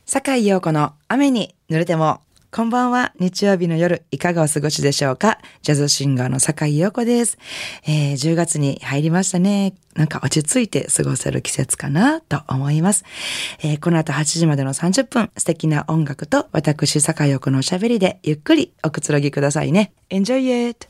坂井陽子の雨に濡れても。こんばんは。日曜日の夜いかがお過ごしでしょうか。ジャズシンガーの坂井陽子です。10月に入りましたね。なんか落ち着いて過ごせる季節かなと思います。この後8時までの30分、素敵な音楽と私坂井陽子のおしゃべりでゆっくりおくつろぎくださいね。Enjoy it!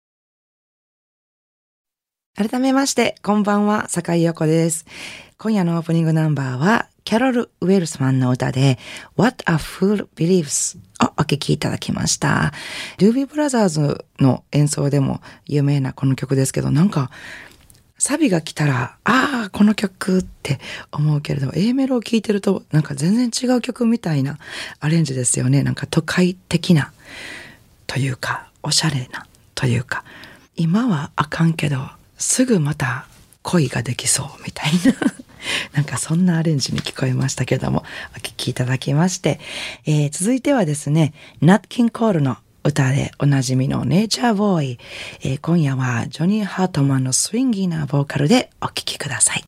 改めまして、こんばんは。坂井陽子です。今夜のオープニングナンバーはキャロル・ウェルスマンの歌で What a Fool Believes をお聴きいただきました。ドゥービーブラザーズの演奏でも有名なこの曲ですけど、なんかサビが来たらこの曲って思うけれど A メロを聴いてるとなんか全然違う曲みたいなアレンジですよね。なんか都会的なというかおしゃれなというか、今はあかんけどすぐまた恋ができそうみたいななんかそんなアレンジに聞こえましたけども、お聴きいただきまして、続いてはですね、ナット・キンコールの歌でおなじみのネイチャーボーイ、今夜はジョニー・ハートマンのスウィンギーなボーカルでお聴きください。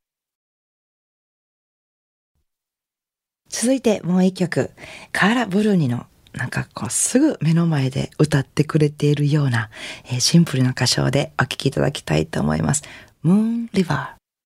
続いてもう一曲、カーラ・ブルーニのなんかこうすぐ目の前で歌ってくれているような、シンプルな歌唱でお聴きいただきたいと思います。ムーン・リバー。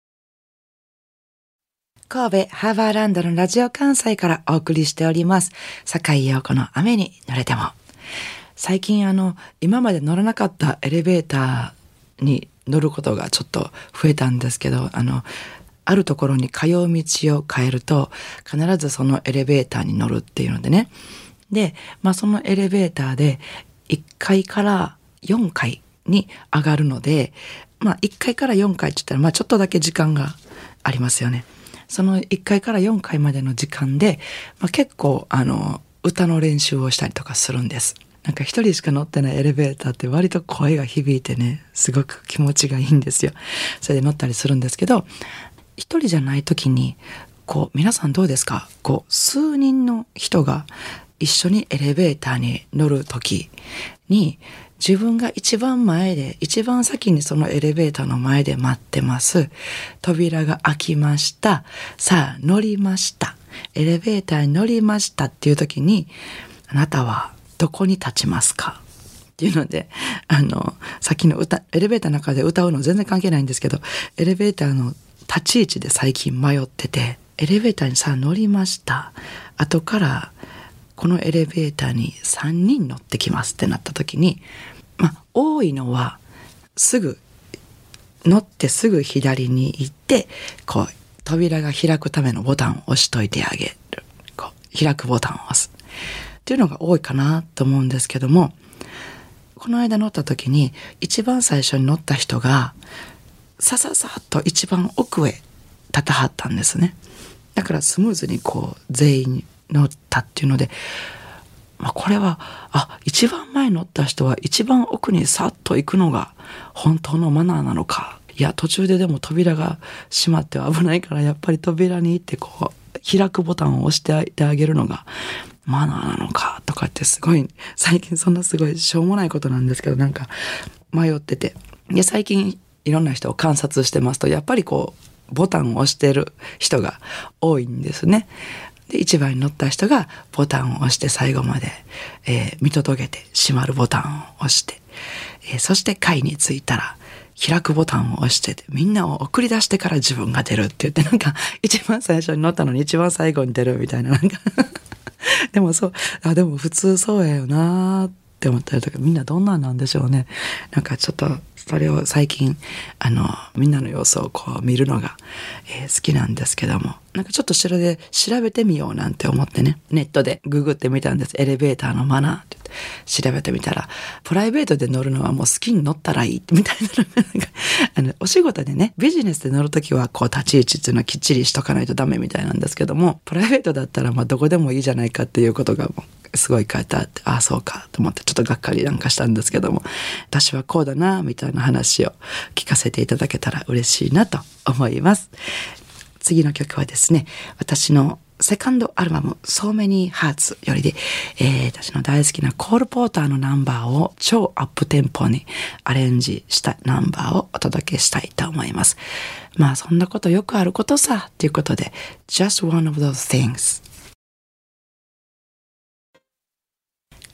神戸ハーバーランドのラジオ関西からお送りしております。坂井陽子の雨に濡れても。最近今まで乗らなかったエレベーターに乗ることがちょっと増えたんですけど、あるところに通う道を変えると必ずそのエレベーターに乗るっていうのでね。で、そのエレベーターで1階から4階に上がるので、1階から4階って言ったらちょっとだけ時間がありますよね。その1階から4階までの時間で、結構歌の練習をしたりとかするんです。なんか一人しか乗ってないエレベーターって割と声が響いてね、すごく気持ちがいいんですよ。それで乗ったりするんですけど、一人じゃない時に皆さんどうですか？数人の人が一緒にエレベーターに乗る時に自分が一番前で一番先にそのエレベーターの前で待ってます。扉が開きました。さあ乗りました。エレベーターに乗りましたっていう時にあなたはどこに立ちますかっていうので、さっきのエレベーターの中で歌うの全然関係ないんですけど、エレベーターの立ち位置で最近迷ってて、エレベーターにさあ乗りました。後からこのエレベーターに3人乗ってきますってなった時に、多いのはすぐ乗ってすぐ左に行って扉が開くためのボタンを押しといてあげる、開くボタンを押すっていうのが多いかなと思うんですけども、この間乗った時に一番最初に乗った人がさっと一番奥へ立たはったんですね。だからスムーズに全員乗ったっていうので、これは一番前乗った人は一番奥にさっと行くのが本当のマナーなのか、いや途中ででも扉が閉まっては危ないからやっぱり扉に行って開くボタンを押してあげるのがマナーなのかとかって、すごい最近そんなすごいしょうもないことなんですけど、なんか迷ってて、で最近いろんな人を観察してますとやっぱりボタンを押してる人が多いんですね。で一番に乗った人がボタンを押して最後まで、見届けて閉まるボタンを押して、そして階に着いたら開くボタンを押してみんなを送り出してから自分が出るって言って、なんか一番最初に乗ったのに一番最後に出るみたいな、なんかでもでも普通そうやよなって思ったりとか、みんなどんなんなんでしょうね。なんかちょっとそれを最近みんなの様子を見るのが、好きなんですけども、なんかちょっと調べてみようなんて思ってね、ネットでググってみたんです。エレベーターのマナーって調べてみたら、プライベートで乗るのはもう好きに乗ったらいいみたいなお仕事でね、ビジネスで乗るときは立ち位置っていうのはきっちりしとかないとダメみたいなんですけども、プライベートだったらどこでもいいじゃないかっていうことがもうすごい書いてあって、そうかと思ってちょっとがっかりなんかしたんですけども、私はこうだなみたいな話を聞かせていただけたら嬉しいなと思います。次の曲はですね、私のセカンドアルバム So Many Hearts よりで、私の大好きなコール・ポーターのナンバーを超アップテンポにアレンジしたナンバーをお届けしたいと思います。そんなことよくあることさということで Just one of those things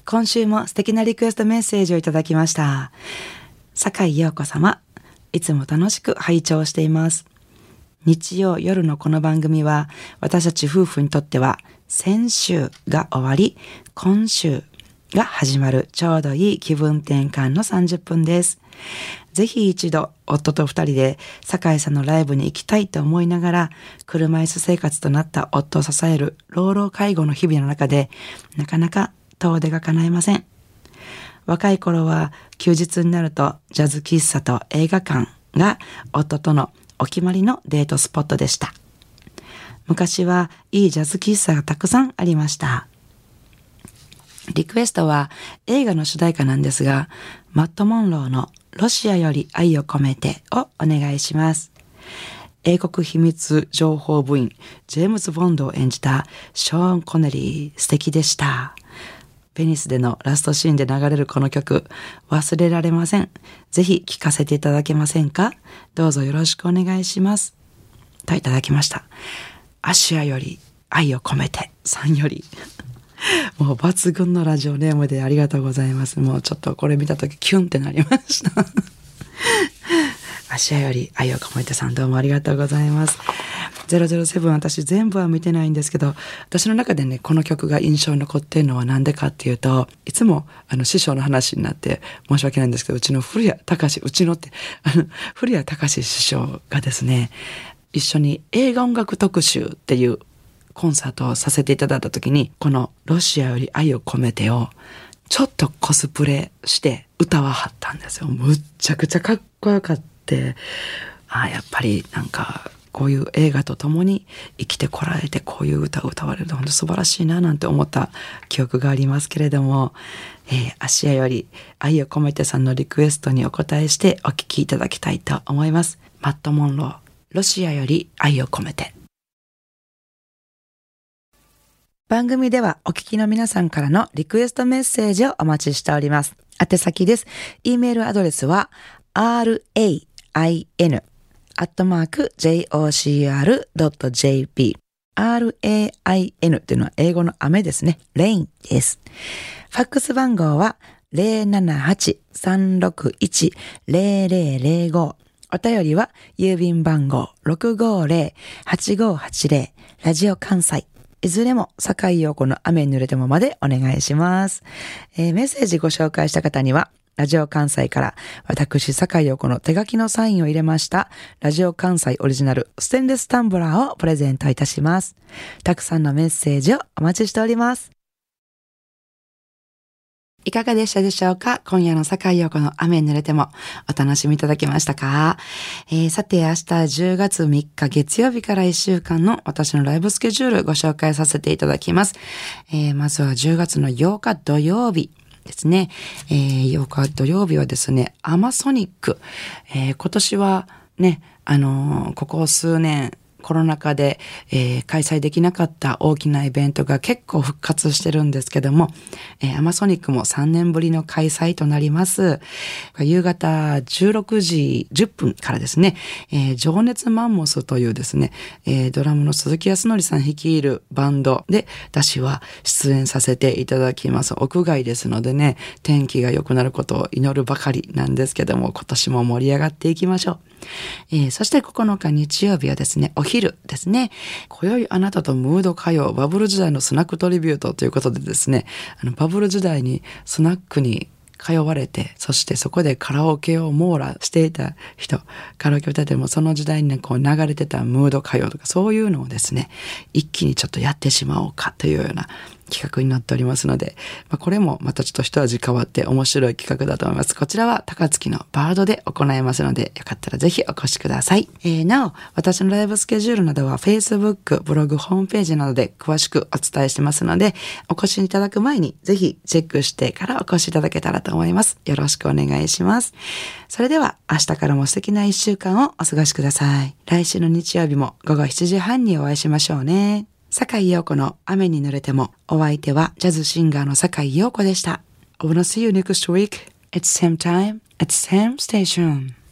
今週も素敵なリクエストメッセージをいただきました。坂井陽子様、いつも楽しく拝聴しています。日曜夜のこの番組は、私たち夫婦にとっては先週が終わり、今週が始まるちょうどいい気分転換の30分です。ぜひ一度夫と二人で坂井さんのライブに行きたいと思いながら、車椅子生活となった夫を支える老老介護の日々の中で、なかなか遠出が叶いません。若い頃は休日になるとジャズ喫茶と映画館が夫とのお決まりのデートスポットでした。昔はいいジャズ喫茶がたくさんありました。リクエストは映画の主題歌なんですが、マット・モンローのロシアより愛を込めてをお願いします。英国秘密情報部員ジェームズ・ボンドを演じたショーン・コネリー、素敵でした。ベニスでのラストシーンで流れるこの曲、忘れられません。ぜひ聴かせていただけませんか？どうぞよろしくお願いします。といただきました。アシアより愛を込めてさんよりもう抜群のラジオネームでありがとうございます。もうちょっとこれ見たときキュンってなりましたアシアより愛を込めてさん、どうもありがとうございます。007、私全部は見てないんですけど、私の中でね、この曲が印象に残っているのはなんでかっていうと、いつも師匠の話になって申し訳ないんですけど、うちの古谷隆、古谷隆師匠がですね、一緒に映画音楽特集っていうコンサートをさせていただいた時に、このロシアより愛を込めてをちょっとコスプレして歌わはったんですよ。むっちゃくちゃかっこよかって、やっぱりなんかこういう映画と共に生きてこられて、こういう歌を歌われると本当素晴らしいななんて思った記憶がありますけれども、アシアより愛を込めてさんのリクエストにお答えしてお聴きいただきたいと思います。マット・モンロー、ロシアより愛を込めて。番組ではお聞きの皆さんからのリクエストメッセージをお待ちしております。宛先です。e メールアドレスは rain@jocr.jp rain というのは英語の雨ですね。rain です。ファックス番号は 078-361-0005。お便りは郵便番号 650-8580 ラジオ関西。いずれも坂井陽子の雨に濡れてもまでお願いします。メッセージご紹介した方にはラジオ関西から私坂井陽子の手書きのサインを入れましたラジオ関西オリジナルステンレスタンブラーをプレゼントいたします。たくさんのメッセージをお待ちしております。いかがでしたでしょうか？今夜の坂井陽子の雨に濡れてもお楽しみいただけましたか？さて明日10月3日月曜日から1週間の私のライブスケジュールご紹介させていただきます。まずは10月の8日土曜日ですね。8日土曜日はですね、アマソニック。今年はね、ここ数年、コロナ禍で、開催できなかった大きなイベントが結構復活してるんですけども、アマソニックも3年ぶりの開催となります。夕方16時10分からですね、情熱マンモスというですね、ドラムの鈴木康則さん率いるバンドで私は出演させていただきます。屋外ですのでね、天気が良くなることを祈るばかりなんですけども、今年も盛り上がっていきましょう。そして9日日曜日はですね、お昼ですね。今宵あなたとムード歌謡バブル時代のスナックトリビュートということでですね、バブル時代にスナックに通われて、そしてそこでカラオケを網羅していた人、カラオケ歌ってもその時代にね、こう流れてたムード歌謡とかそういうのをですね、一気にちょっとやってしまおうかというような企画になっておりますので、これもまたちょっと一味変わって面白い企画だと思います。こちらは高槻のバードで行いますので、よかったらぜひお越しください。なお、私のライブスケジュールなどは Facebook、ブログ、ホームページなどで詳しくお伝えしてますので、お越しいただく前にぜひチェックしてからお越しいただけたらと思います。よろしくお願いします。それでは明日からも素敵な1週間をお過ごしください。来週の日曜日も午後7時半にお会いしましょうね。坂井陽子の雨に濡れても、お相手はジャズシンガーの坂井陽子でした。I wanna see you next week. It's same time, at same station.